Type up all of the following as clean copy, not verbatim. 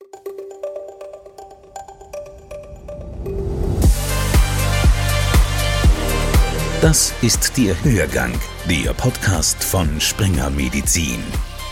Das ist der Hörgang, der Podcast von Springer Medizin.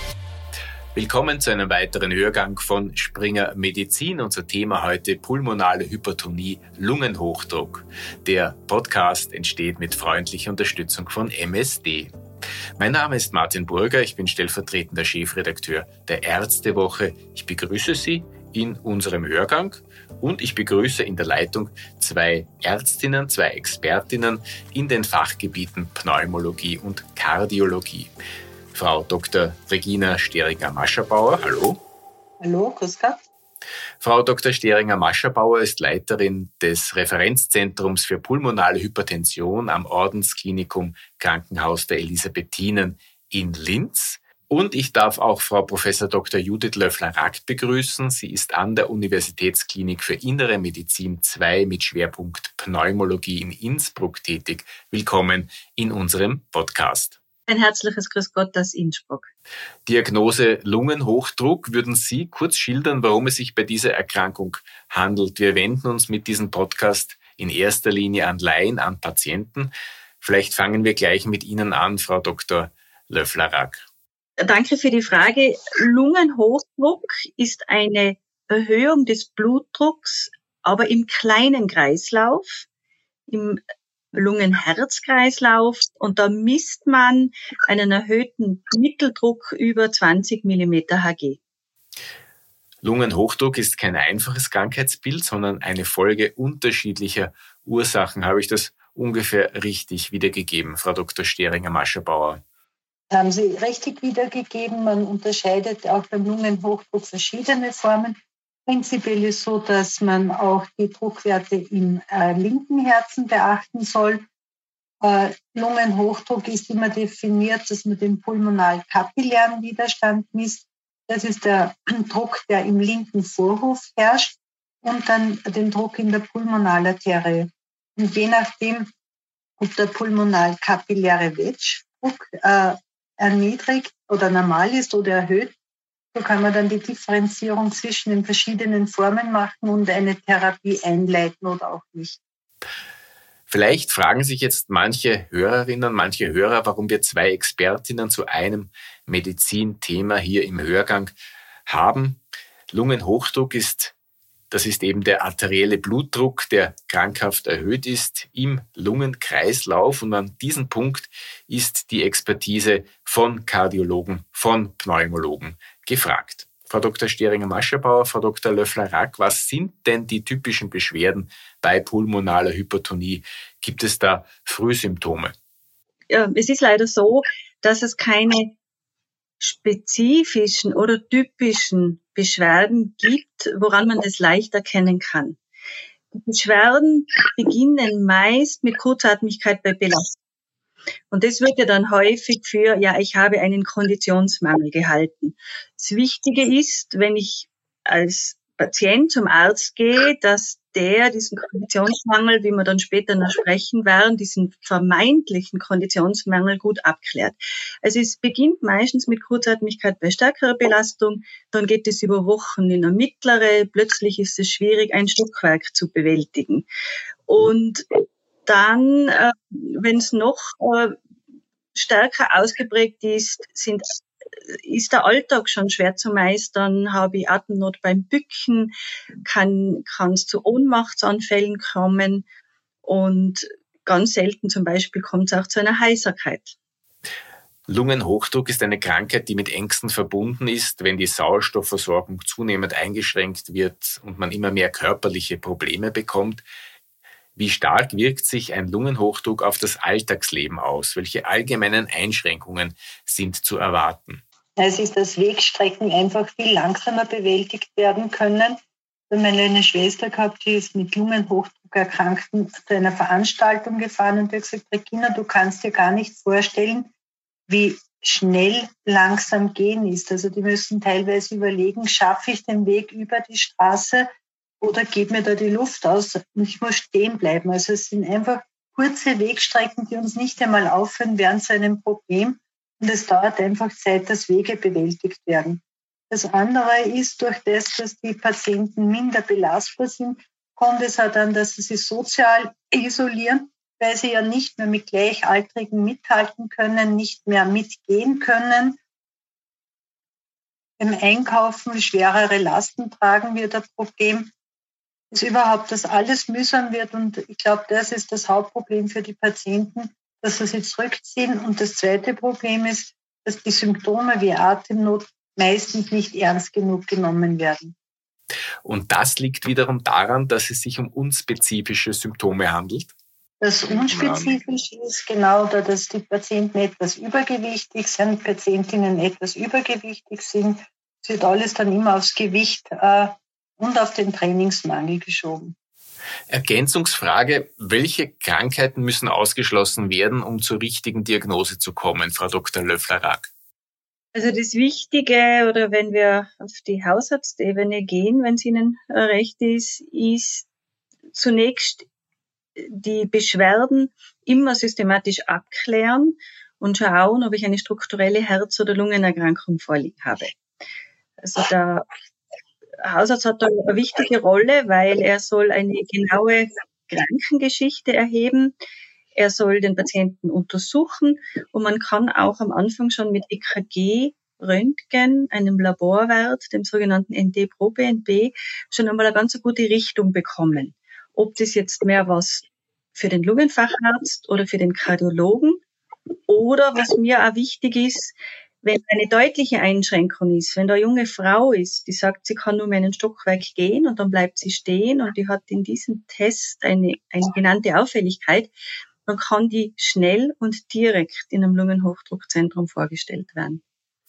Willkommen zu einem weiteren Hörgang von Springer Medizin. Unser Thema heute pulmonale Hypertonie, Lungenhochdruck. Der Podcast entsteht mit freundlicher Unterstützung von MSD. Mein Name ist Martin Burger, ich bin stellvertretender Chefredakteur der Ärztewoche. Ich begrüße Sie in unserem Hörgang und ich begrüße in der Leitung zwei Ärztinnen, zwei Expertinnen in den Fachgebieten Pneumologie und Kardiologie. Frau Dr. Regina Steringer-Mascherbauer, hallo. Hallo, grüß Gott. Frau Dr. Steringer-Mascherbauer ist Leiterin des Referenzzentrums für pulmonale Hypertension am Ordensklinikum Krankenhaus der Elisabethinen in Linz. Und ich darf auch Frau Prof. Dr. Judith Löffler-Rack begrüßen. Sie ist an der Universitätsklinik für Innere Medizin II mit Schwerpunkt Pneumologie in Innsbruck tätig. Willkommen in unserem Podcast. Ein herzliches Grüß Gott aus Innsbruck. Diagnose Lungenhochdruck. Würden Sie kurz schildern, warum es sich bei dieser Erkrankung handelt? Wir wenden uns mit diesem Podcast in erster Linie an Laien, an Patienten. Vielleicht fangen wir gleich mit Ihnen an, Frau Dr. Löffler-Rack. Danke für die Frage. Lungenhochdruck ist eine Erhöhung des Blutdrucks, aber im kleinen Kreislauf, im Lungenherzkreislauf, und da misst man einen erhöhten Mitteldruck über 20 mm Hg. Lungenhochdruck ist kein einfaches Krankheitsbild, sondern eine Folge unterschiedlicher Ursachen. Habe ich das ungefähr richtig wiedergegeben, Frau Dr. Steringer-Mascherbauer? Haben Sie richtig wiedergegeben. Man unterscheidet auch beim Lungenhochdruck verschiedene Formen. Prinzipiell ist so, dass man auch die Druckwerte im linken Herzen beachten soll. Lungenhochdruck ist immer definiert, dass man den pulmonal-kapillären Widerstand misst. Das ist der Druck, der im linken Vorhof herrscht, und dann den Druck in der Pulmonalarterie. Und je nachdem, ob der pulmonal-kapilläre Wedge-Druck erniedrigt oder normal ist oder erhöht, so kann man dann die Differenzierung zwischen den verschiedenen Formen machen und eine Therapie einleiten oder auch nicht. Vielleicht fragen sich jetzt manche Hörerinnen, manche Hörer, warum wir zwei Expertinnen zu einem Medizinthema hier im Hörgang haben. Lungenhochdruck das ist eben der arterielle Blutdruck, der krankhaft erhöht ist im Lungenkreislauf. Und an diesem Punkt ist die Expertise von Kardiologen, von Pneumologen gefragt. Frau Dr. Steringer-Mascherbauer, Frau Dr. Löffler-Rack, was sind denn die typischen Beschwerden bei pulmonaler Hypertonie? Gibt es da Frühsymptome? Ja, es ist leider so, dass es keine spezifischen oder typischen Beschwerden gibt, woran man das leicht erkennen kann. Die Beschwerden beginnen meist mit Kurzatmigkeit bei Belastung. Und das wird ja dann häufig für, ich habe einen Konditionsmangel gehalten. Das Wichtige ist, wenn ich als Patient zum Arzt gehe, dass der diesen Konditionsmangel, wie wir dann später noch sprechen werden, diesen vermeintlichen Konditionsmangel gut abklärt. Also es beginnt meistens mit Kurzatmigkeit bei stärkerer Belastung, dann geht es über Wochen in eine mittlere, plötzlich ist es schwierig, ein Stockwerk zu bewältigen. Und dann, wenn es noch stärker ausgeprägt ist der Alltag schon schwer zu meistern, habe ich Atemnot beim Bücken, kann es zu Ohnmachtsanfällen kommen, und ganz selten zum Beispiel kommt es auch zu einer Heiserkeit. Lungenhochdruck ist eine Krankheit, die mit Ängsten verbunden ist, wenn die Sauerstoffversorgung zunehmend eingeschränkt wird und man immer mehr körperliche Probleme bekommt. Wie stark wirkt sich ein Lungenhochdruck auf das Alltagsleben aus? Welche allgemeinen Einschränkungen sind zu erwarten? Es ist, dass Wegstrecken einfach viel langsamer bewältigt werden können. Wir haben eine Schwester gehabt, die ist mit Lungenhochdruck Erkrankten zu einer Veranstaltung gefahren und hat gesagt, Regina, du kannst dir gar nicht vorstellen, wie schnell langsam gehen ist. Also die müssen teilweise überlegen, schaffe ich den Weg über die Straße oder geht mir da die Luft aus und ich muss stehen bleiben. Also es sind einfach kurze Wegstrecken, die uns nicht einmal aufhören, wären zu einem Problem. Und es dauert einfach Zeit, dass Wege bewältigt werden. Das andere ist, durch das, dass die Patienten minder belastbar sind, kommt es auch dann, dass sie sich sozial isolieren, weil sie ja nicht mehr mit Gleichaltrigen mithalten können, nicht mehr mitgehen können. Im Einkaufen schwerere Lasten tragen wird ein Problem. Dass überhaupt das alles mühsam wird. Und ich glaube, das ist das Hauptproblem für die Patienten, dass sie sich zurückziehen. Und das zweite Problem ist, dass die Symptome wie Atemnot meistens nicht ernst genug genommen werden. Und das liegt wiederum daran, dass es sich um unspezifische Symptome handelt? Das unspezifisch ist genau, dass die Patienten etwas übergewichtig sind, Patientinnen etwas übergewichtig sind. Es wird alles dann immer aufs Gewicht und auf den Trainingsmangel geschoben. Ergänzungsfrage: Welche Krankheiten müssen ausgeschlossen werden, um zur richtigen Diagnose zu kommen, Frau Dr. Löffler-Rack? Also das Wichtige, oder wenn wir auf die Hausarztebene gehen, wenn es Ihnen recht ist zunächst die Beschwerden immer systematisch abklären und schauen, ob ich eine strukturelle Herz- oder Lungenerkrankung vorliegen habe. Also der Hausarzt hat da eine wichtige Rolle, weil er soll eine genaue Krankengeschichte erheben. Er soll den Patienten untersuchen und man kann auch am Anfang schon mit EKG, Röntgen, einem Laborwert, dem sogenannten NT-proBNP, schon einmal eine ganz gute Richtung bekommen. Ob das jetzt mehr was für den Lungenfacharzt oder für den Kardiologen oder was mir auch wichtig ist, wenn eine deutliche Einschränkung ist, wenn da eine junge Frau ist, die sagt, sie kann nur mehr einen Stockwerk gehen und dann bleibt sie stehen und die hat in diesem Test eine genannte Auffälligkeit, dann kann die schnell und direkt in einem Lungenhochdruckzentrum vorgestellt werden.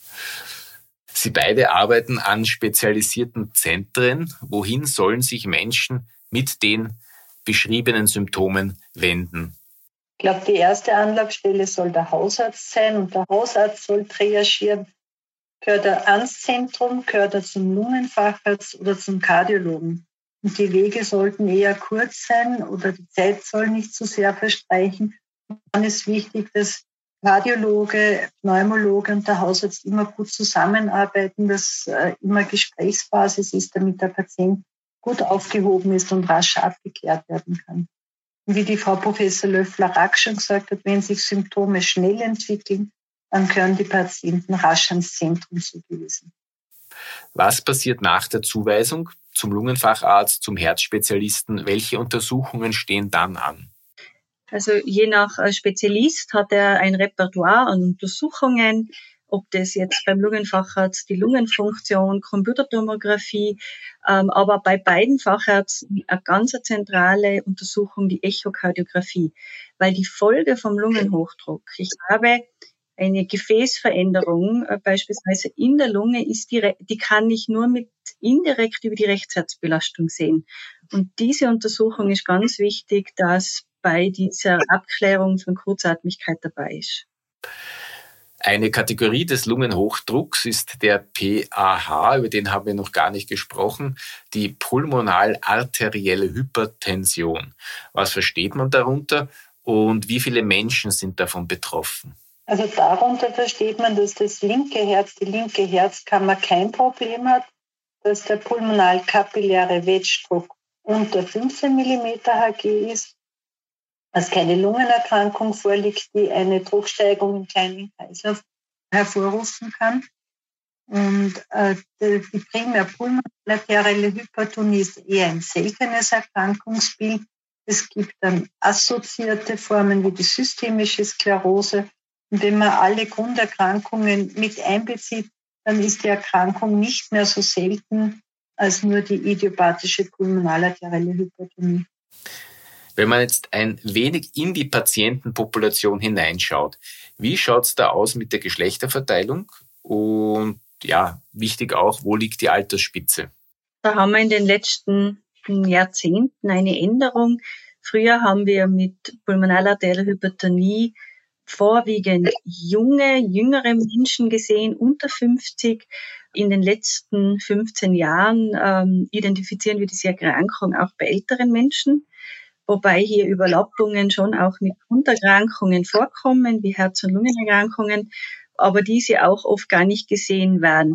Sie beide arbeiten an spezialisierten Zentren. Wohin sollen sich Menschen mit den beschriebenen Symptomen wenden? Ich glaube, die erste Anlaufstelle soll der Hausarzt sein und der Hausarzt soll triagieren. Gehört er ans Zentrum, gehört er zum Lungenfacharzt oder zum Kardiologen? Und die Wege sollten eher kurz sein oder die Zeit soll nicht zu sehr verstreichen. Und dann ist wichtig, dass Kardiologe, Pneumologe und der Hausarzt immer gut zusammenarbeiten, dass immer Gesprächsbasis ist, damit der Patient gut aufgehoben ist und rasch abgeklärt werden kann. Und wie die Frau Professor Löffler-Rack schon gesagt hat, wenn sich Symptome schnell entwickeln, dann können die Patienten rasch ans Zentrum zugewiesen. Was passiert nach der Zuweisung zum Lungenfacharzt, zum Herzspezialisten? Welche Untersuchungen stehen dann an? Also je nach Spezialist hat er ein Repertoire an Untersuchungen, ob das jetzt beim Lungenfacharzt die Lungenfunktion, Computertomographie, aber bei beiden Fachärzten eine ganz zentrale Untersuchung, die Echokardiographie, weil die Folge vom Lungenhochdruck, ich habe eine Gefäßveränderung beispielsweise in der Lunge, die kann ich nur indirekt über die Rechtsherzbelastung sehen. Und diese Untersuchung ist ganz wichtig, dass bei dieser Abklärung von Kurzatmigkeit dabei ist. Eine Kategorie des Lungenhochdrucks ist der PAH, über den haben wir noch gar nicht gesprochen, die pulmonal-arterielle Hypertension. Was versteht man darunter und wie viele Menschen sind davon betroffen? Also darunter versteht man, dass das linke Herz, die linke Herzkammer kein Problem hat, dass der pulmonal-kapilläre Wettdruck unter 15 mm Hg ist, dass keine Lungenerkrankung vorliegt, die eine Drucksteigerung im kleinen Kreislauf hervorrufen kann. Und die primär pulmonale Hypertonie ist eher ein seltenes Erkrankungsbild. Es gibt dann assoziierte Formen wie die systemische Sklerose. Und wenn man alle Grunderkrankungen mit einbezieht, dann ist die Erkrankung nicht mehr so selten als nur die idiopathische pulmonalarterielle Hypertonie. Wenn man jetzt ein wenig in die Patientenpopulation hineinschaut, wie schaut es da aus mit der Geschlechterverteilung? Und ja, wichtig auch, wo liegt die Altersspitze? Da haben wir in den letzten Jahrzehnten eine Änderung. Früher haben wir mit pulmonalarterieller Hypertonie vorwiegend jüngere Menschen gesehen, unter 50. In den letzten 15 Jahren identifizieren wir diese Erkrankung auch bei älteren Menschen, wobei hier Überlappungen schon auch mit Untererkrankungen vorkommen, wie Herz- und Lungenerkrankungen, aber diese auch oft gar nicht gesehen werden.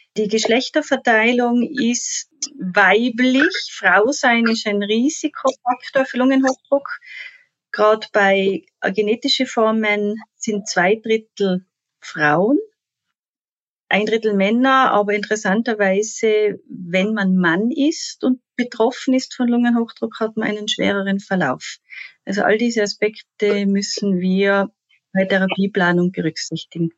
Die Geschlechterverteilung ist weiblich. Frau sein ist ein Risikofaktor für Lungenhochdruck. Gerade bei genetischen Formen sind 2/3 Frauen, 1/3 Männer, aber interessanterweise, wenn man Mann ist und betroffen ist von Lungenhochdruck, hat man einen schwereren Verlauf. Also all diese Aspekte müssen wir bei Therapieplanung berücksichtigen.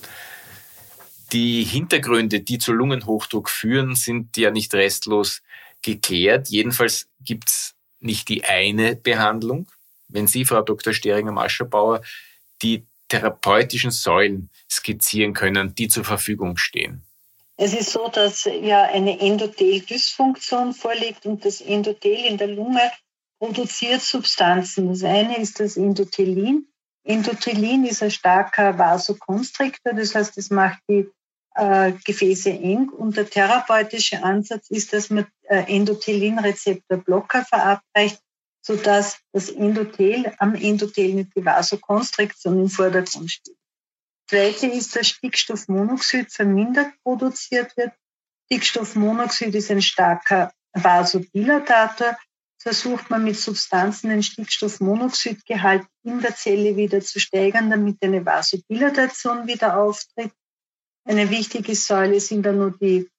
Die Hintergründe, die zu Lungenhochdruck führen, sind ja nicht restlos geklärt. Jedenfalls gibt es nicht die eine Behandlung. Wenn Sie, Frau Dr. Steringer-Mascherbauer, die therapeutischen Säulen skizzieren können, die zur Verfügung stehen. Es ist so, dass ja eine Endotheldysfunktion vorliegt und das Endothel in der Lunge produziert Substanzen. Das eine ist das Endothelin. Endothelin ist ein starker Vasokonstriktor, das heißt, es macht die Gefäße eng. Und der therapeutische Ansatz ist, dass man Endothelin-Rezeptorblocker verabreicht, sodass das Endothel am Endothel mit der Vasokonstriktion im Vordergrund steht. Das Zweite ist, dass Stickstoffmonoxid vermindert produziert wird. Stickstoffmonoxid ist ein starker Vasodilatator. Versucht man mit Substanzen den Stickstoffmonoxidgehalt in der Zelle wieder zu steigern, damit eine Vasodilatation wieder auftritt. Eine wichtige Säule sind dann nur die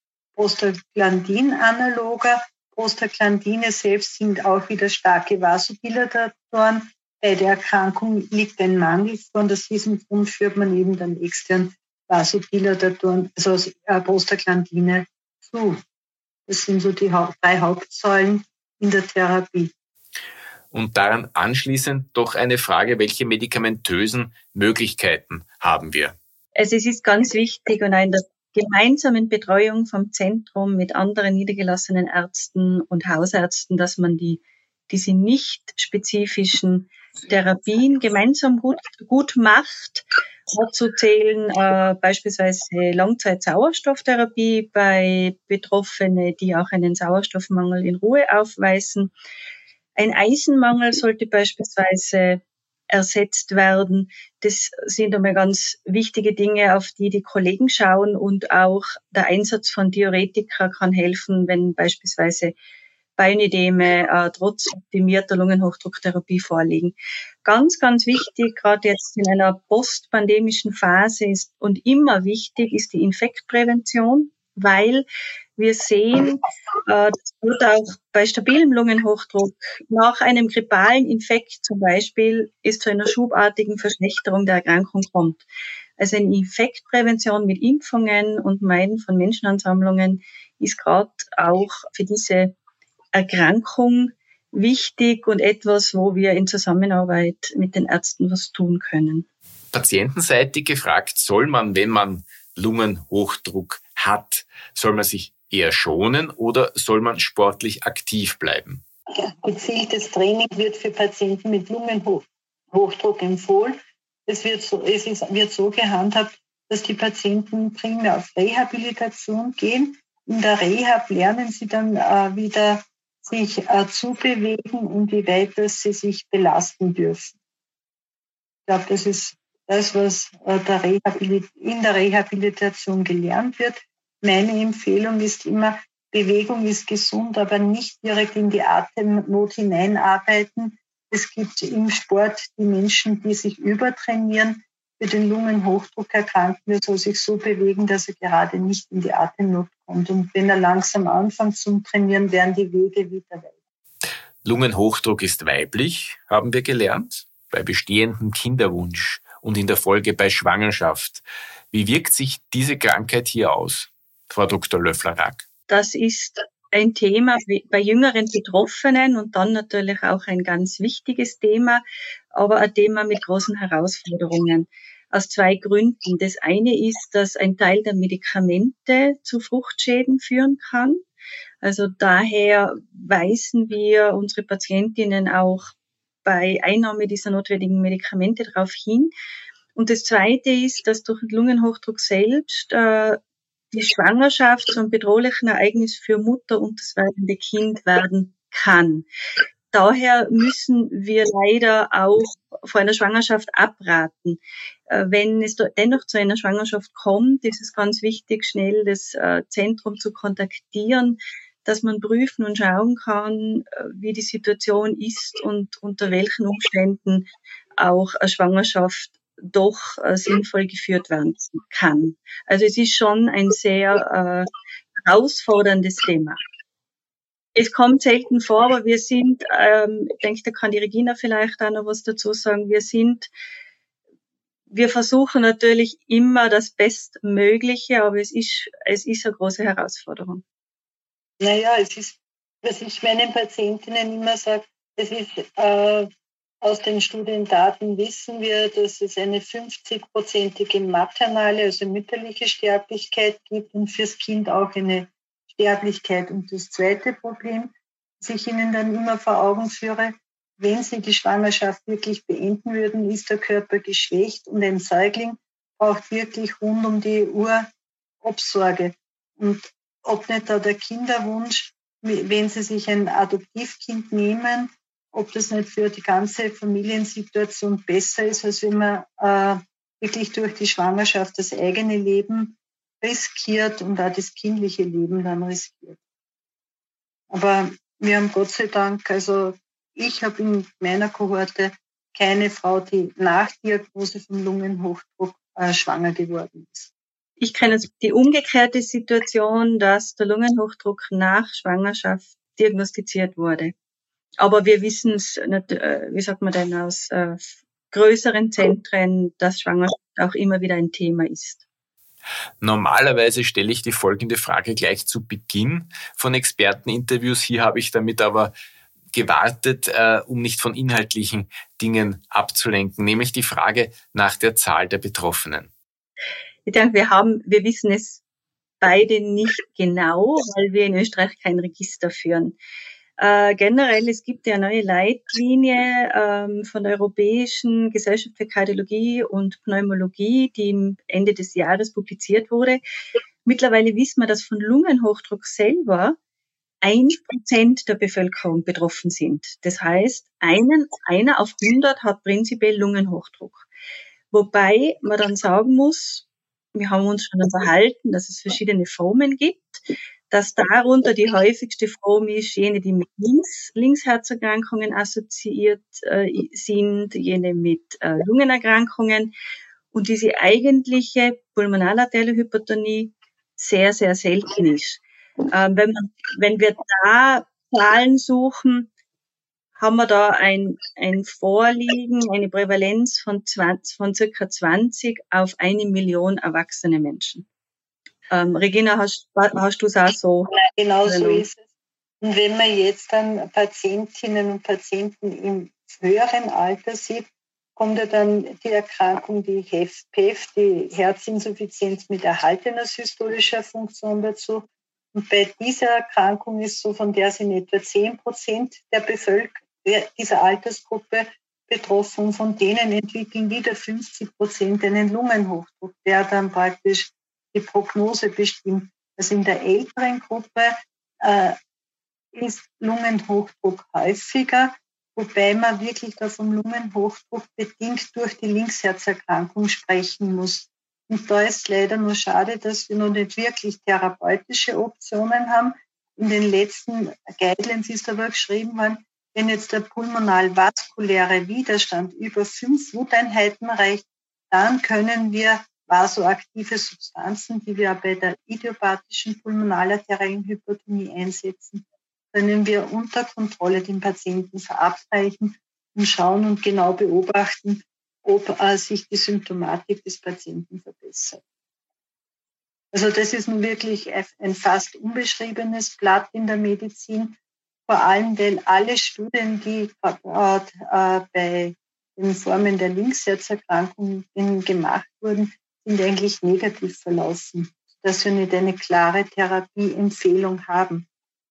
Prostaglandin-Analoga. Prostaglandine selbst sind auch wieder starke Vasodilatatoren. Bei der Erkrankung liegt ein Mangel vor und aus diesem Grund führt man eben dann extern Vasodilatatoren, also Prostaglandine zu. Das sind so die 3 Hauptsäulen in der Therapie. Und daran anschließend doch eine Frage, welche medikamentösen Möglichkeiten haben wir? Also es ist ganz wichtig und in der gemeinsamen Betreuung vom Zentrum mit anderen niedergelassenen Ärzten und Hausärzten, dass man diese nicht spezifischen Therapien gemeinsam gut macht. Dazu zählen beispielsweise Langzeit-Sauerstofftherapie bei Betroffenen, die auch einen Sauerstoffmangel in Ruhe aufweisen. Ein Eisenmangel sollte beispielsweise ersetzt werden. Das sind einmal ganz wichtige Dinge, auf die die Kollegen schauen, und auch der Einsatz von Diuretika kann helfen, wenn beispielsweise Beinödeme trotz optimierter Lungenhochdrucktherapie vorliegen. Ganz, ganz wichtig, gerade jetzt in einer postpandemischen Phase ist und immer wichtig, ist die Infektprävention, weil wir sehen, das wird auch bei stabilem Lungenhochdruck nach einem grippalen Infekt zum Beispiel es zu einer schubartigen Verschlechterung der Erkrankung kommt. Also eine Infektprävention mit Impfungen und Meiden von Menschenansammlungen ist gerade auch für diese Erkrankung wichtig und etwas, wo wir in Zusammenarbeit mit den Ärzten was tun können. Patientenseitig gefragt, soll man, wenn man Lungenhochdruck hat, soll man sich eher schonen oder soll man sportlich aktiv bleiben? Ja, gezieltes Training wird für Patienten mit Lungenhochdruck empfohlen. Es wird so gehandhabt, dass die Patienten primär auf Rehabilitation gehen. In der Rehab lernen sie dann wieder sich zu bewegen und wie weit sie sich belasten dürfen. Ich glaube, das ist das, was in der Rehabilitation gelernt wird. Meine Empfehlung ist immer, Bewegung ist gesund, aber nicht direkt in die Atemnot hineinarbeiten. Es gibt im Sport die Menschen, die sich übertrainieren. Für den Lungenhochdruck Erkrankten, er soll sich so bewegen, dass er gerade nicht in die Atemnot kommt. Und wenn er langsam anfängt zum Trainieren, werden die Wege wieder weit. Lungenhochdruck ist weiblich, haben wir gelernt, bei bestehendem Kinderwunsch und in der Folge bei Schwangerschaft. Wie wirkt sich diese Krankheit hier aus, Frau Dr. Löffler-Rack? Das ist ein Thema bei jüngeren Betroffenen und dann natürlich auch ein ganz wichtiges Thema, aber ein Thema mit großen Herausforderungen. Aus 2 Gründen. Das eine ist, dass ein Teil der Medikamente zu Fruchtschäden führen kann. Also daher weisen wir unsere Patientinnen auch bei Einnahme dieser notwendigen Medikamente darauf hin. Und das zweite ist, dass durch den Lungenhochdruck selbst die Schwangerschaft zu einem bedrohlichen Ereignis für Mutter und das werdende Kind werden kann. daher müssen wir leider auch vor einer Schwangerschaft abraten. Wenn es dennoch zu einer Schwangerschaft kommt, ist es ganz wichtig, schnell das Zentrum zu kontaktieren, dass man prüfen und schauen kann, wie die Situation ist und unter welchen Umständen auch eine Schwangerschaft doch sinnvoll geführt werden kann. Also es ist schon ein sehr herausforderndes Thema. Es kommt selten vor, aber wir sind, ich denke, da kann die Regina vielleicht auch noch was dazu sagen, wir versuchen natürlich immer das Bestmögliche, aber es ist eine große Herausforderung. Naja, was ich meinen Patientinnen immer sage, es ist aus den Studiendaten wissen wir, dass es eine 50-prozentige maternale, also mütterliche Sterblichkeit gibt und fürs Kind auch eine Sterblichkeit. Und das zweite Problem, das ich Ihnen dann immer vor Augen führe, wenn Sie die Schwangerschaft wirklich beenden würden, ist der Körper geschwächt und ein Säugling braucht wirklich rund um die Uhr Obsorge. Und ob nicht da der Kinderwunsch, wenn Sie sich ein Adoptivkind nehmen, ob das nicht für die ganze Familiensituation besser ist, als wenn man wirklich durch die Schwangerschaft das eigene Leben riskiert und auch das kindliche Leben dann riskiert. Aber wir haben Gott sei Dank, also ich habe in meiner Kohorte keine Frau, die nach Diagnose von Lungenhochdruck schwanger geworden ist. Ich kenne jetzt die umgekehrte Situation, dass der Lungenhochdruck nach Schwangerschaft diagnostiziert wurde. Aber wir wissen es nicht, wie sagt man denn, aus größeren Zentren, dass Schwangerschaft auch immer wieder ein Thema ist. Normalerweise stelle ich die folgende Frage gleich zu Beginn von Experteninterviews. Hier habe ich damit aber gewartet, um nicht von inhaltlichen Dingen abzulenken, nämlich die Frage nach der Zahl der Betroffenen. Ich denke, wir wissen es beide nicht genau, weil wir in Österreich kein Register führen. Generell, es gibt ja eine neue Leitlinie von der Europäischen Gesellschaft für Kardiologie und Pneumologie, die Ende des Jahres publiziert wurde. Mittlerweile wissen wir, dass von Lungenhochdruck selber 1% der Bevölkerung betroffen sind. Das heißt, einer auf 100 hat prinzipiell Lungenhochdruck. Wobei man dann sagen muss, wir haben uns schon unterhalten, dass es verschiedene Formen gibt, dass darunter die häufigste Form ist jene, die mit Linksherzerkrankungen assoziiert sind, jene mit Lungenerkrankungen und diese eigentliche pulmonalarterielle Hypertonie sehr, sehr selten ist. Wenn wir da Zahlen suchen, haben wir da ein Vorliegen, eine Prävalenz von circa 20 auf 1 Million erwachsene Menschen. Regina, hast du es auch so? Genau so ist es. Und wenn man jetzt dann Patientinnen und Patienten im höheren Alter sieht, kommt ja dann die Erkrankung, die HFpEF, die Herzinsuffizienz mit erhaltener systolischer Funktion dazu. Und bei dieser Erkrankung ist so, von der sind etwa 10% der Bevölkerung dieser Altersgruppe betroffen. Von denen entwickeln wieder 50% einen Lungenhochdruck, der dann praktisch die Prognose bestimmt. Also in der älteren Gruppe ist Lungenhochdruck häufiger, wobei man wirklich da vom Lungenhochdruck bedingt durch die Linksherzerkrankung sprechen muss. Und da ist leider nur schade, dass wir noch nicht wirklich therapeutische Optionen haben. In den letzten Guidelines ist aber geschrieben worden, wenn jetzt der pulmonalvaskuläre Widerstand über 5 Wuteinheiten reicht, dann können wir vasoaktive Substanzen, die wir bei der idiopathischen pulmonalarteriellen Hypertonie einsetzen, können wir unter Kontrolle den Patienten verabreichen und schauen und genau beobachten, ob sich die Symptomatik des Patienten verbessert. Also das ist nun wirklich ein fast unbeschriebenes Blatt in der Medizin, vor allem weil alle Studien, die bei den Formen der Linksherzerkrankung gemacht wurden, sind eigentlich negativ verlaufen, dass wir nicht eine klare Therapieempfehlung haben.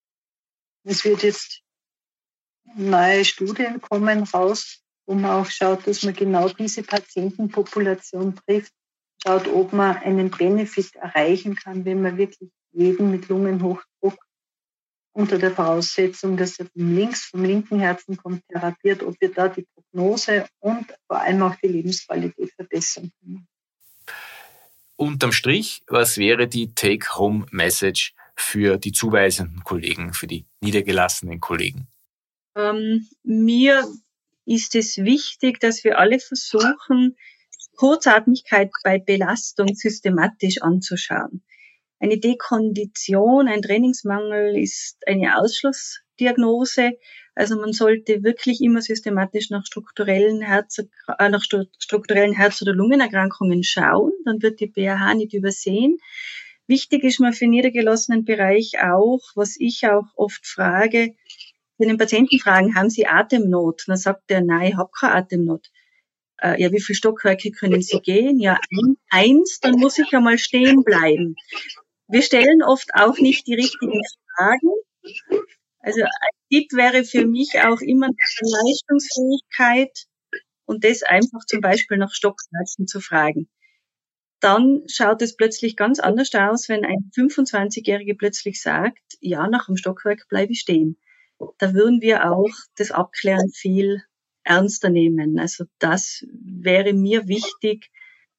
Es wird jetzt neue Studien kommen raus, wo man auch schaut, dass man genau diese Patientenpopulation trifft, schaut, ob man einen Benefit erreichen kann, wenn man wirklich jeden mit Lungenhochdruck unter der Voraussetzung, dass er vom linken Herzen kommt, therapiert, ob wir da die Prognose und vor allem auch die Lebensqualität verbessern können. Unterm Strich, was wäre die Take-Home-Message für die zuweisenden Kollegen, für die niedergelassenen Kollegen? Mir ist es wichtig, dass wir alle versuchen, Kurzatmigkeit bei Belastung systematisch anzuschauen. Eine Dekondition, ein Trainingsmangel ist eine Ausschlussdiagnose. Also man sollte wirklich immer systematisch nach strukturellen Herz- oder Lungenerkrankungen schauen. Dann wird die BAH nicht übersehen. Wichtig ist mir für den niedergelassenen Bereich auch, was ich auch oft frage, wenn den Patienten fragen, haben Sie Atemnot? Dann sagt er, nein, ich habe keine Atemnot. Ja, wie viele Stockwerke können Sie gehen? Ja, 1, dann muss ich einmal stehen bleiben. Wir stellen oft auch nicht die richtigen Fragen. Also ein Tipp wäre für mich auch immer Leistungsfähigkeit und das einfach zum Beispiel nach Stockwerken zu fragen. Dann schaut es plötzlich ganz anders aus, wenn ein 25-Jährige plötzlich sagt, ja, nach dem Stockwerk bleibe ich stehen. Da würden wir auch das Abklären viel ernster nehmen. Also das wäre mir wichtig,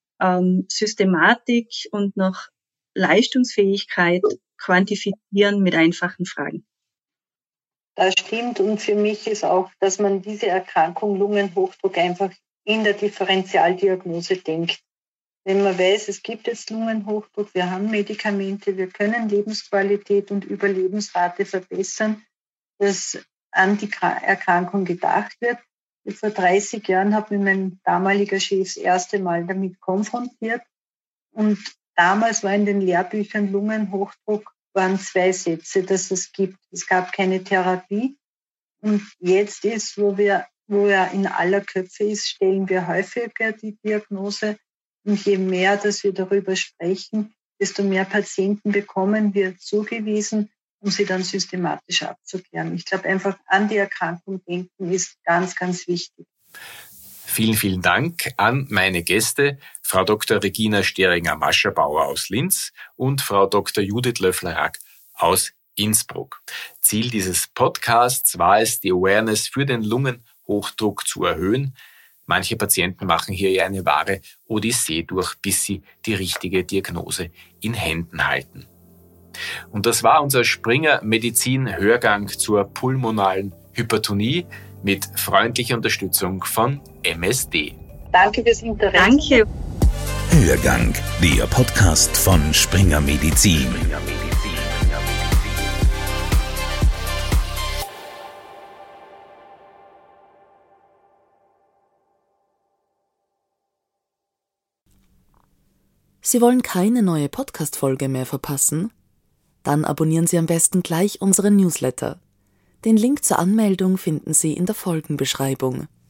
Systematik und nach Leistungsfähigkeit quantifizieren mit einfachen Fragen. Das stimmt und für mich ist auch, dass man diese Erkrankung Lungenhochdruck einfach in der Differentialdiagnose denkt. Wenn man weiß, es gibt jetzt Lungenhochdruck, wir haben Medikamente, wir können Lebensqualität und Überlebensrate verbessern, dass an die Erkrankung gedacht wird. Vor 30 Jahren hat mich mein damaliger Chef das erste Mal damit konfrontiert. Und damals war in den Lehrbüchern Lungenhochdruck waren 2 Sätze, dass es gibt. Es gab keine Therapie. Und jetzt ist, wo er in aller Köpfe ist, stellen wir häufiger die Diagnose. Und je mehr, dass wir darüber sprechen, desto mehr Patienten bekommen wir zugewiesen, um sie dann systematisch abzuklären. Ich glaube, einfach an die Erkrankung denken ist ganz, ganz wichtig. Vielen, vielen Dank an meine Gäste, Frau Dr. Regina Steringer-Mascherbauer aus Linz und Frau Dr. Judith Löffler-Rack aus Innsbruck. Ziel dieses Podcasts war es, die Awareness für den Lungenhochdruck zu erhöhen. Manche Patienten machen hier ja eine wahre Odyssee durch, bis sie die richtige Diagnose in Händen halten. Und das war unser Springer Medizin Hörgang zur pulmonalen Hypertonie mit freundlicher Unterstützung von MSD. Danke fürs Interesse. Danke. Hörgang, der Podcast von Springer Medizin. Sie wollen keine neue Podcast-Folge mehr verpassen? Dann abonnieren Sie am besten gleich unseren Newsletter. Den Link zur Anmeldung finden Sie in der Folgenbeschreibung.